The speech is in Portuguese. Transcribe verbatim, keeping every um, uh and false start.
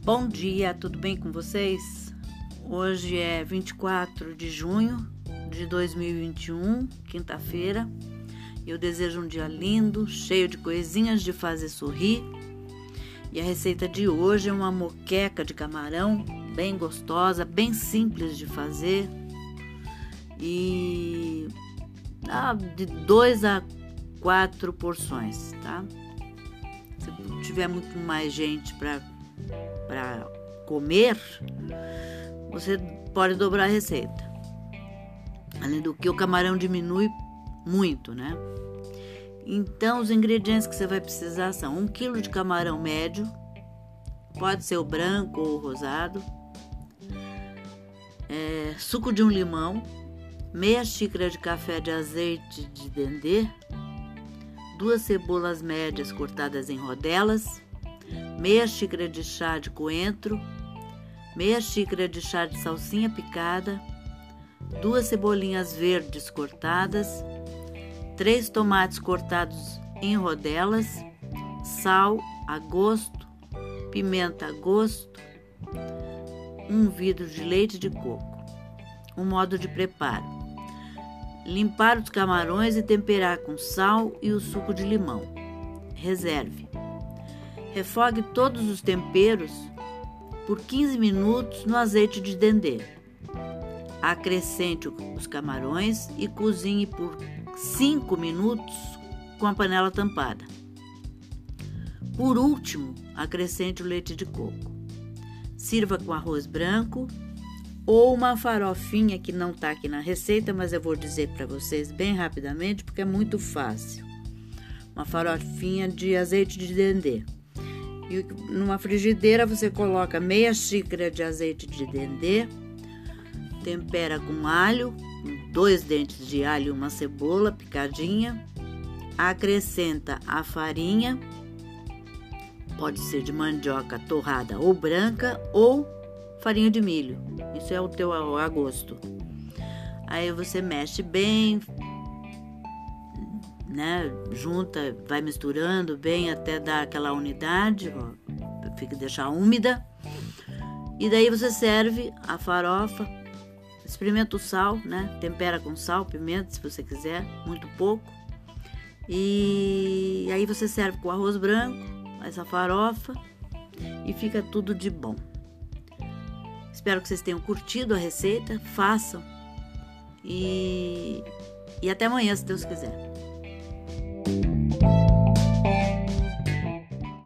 Bom dia, tudo bem com vocês? Hoje é vinte e quatro de junho de dois mil e vinte e um, quinta-feira. Eu desejo um dia lindo, cheio de coisinhas de fazer sorrir. E a receita de hoje é uma moqueca de camarão, bem gostosa, bem simples de fazer. E ah, de dois a quatro porções, tá? Se tiver muito mais gente para para comer, você pode dobrar a receita. Além do que, o camarão diminui muito, né? Então, os ingredientes que você vai precisar são um quilo de camarão médio, pode ser o branco ou o rosado, é, suco de um limão, meia xícara de café de azeite de dendê, duas cebolas médias cortadas em rodelas, meia xícara de chá de coentro, meia xícara de chá de salsinha picada, duas cebolinhas verdes cortadas, três tomates cortados em rodelas, sal a gosto, pimenta a gosto, um vidro de leite de coco. O modo de preparo: limpar os camarões e temperar com sal e o suco de limão. Reserve. Refogue todos os temperos por quinze minutos no azeite de dendê. Acrescente os camarões e cozinhe por cinco minutos com a panela tampada. Por último, acrescente o leite de coco. Sirva com arroz branco ou uma farofinha que não está aqui na receita, mas eu vou dizer para vocês bem rapidamente porque é muito fácil. Uma farofinha de azeite de dendê. E numa frigideira você coloca meia xícara de azeite de dendê, tempera com alho, dois dentes de alho e uma cebola picadinha, acrescenta a farinha, pode ser de mandioca torrada ou branca ou farinha de milho, isso é o teu a gosto. Aí você mexe bem, né? Junta, vai misturando bem até dar aquela unidade, ó, fica deixar úmida. E daí você serve a farofa, experimenta o sal, né? Tempera com sal, pimenta, se você quiser, muito pouco. E aí você serve com arroz branco, essa farofa e fica tudo de bom. Espero que vocês tenham curtido a receita, façam e, e até amanhã, se Deus quiser.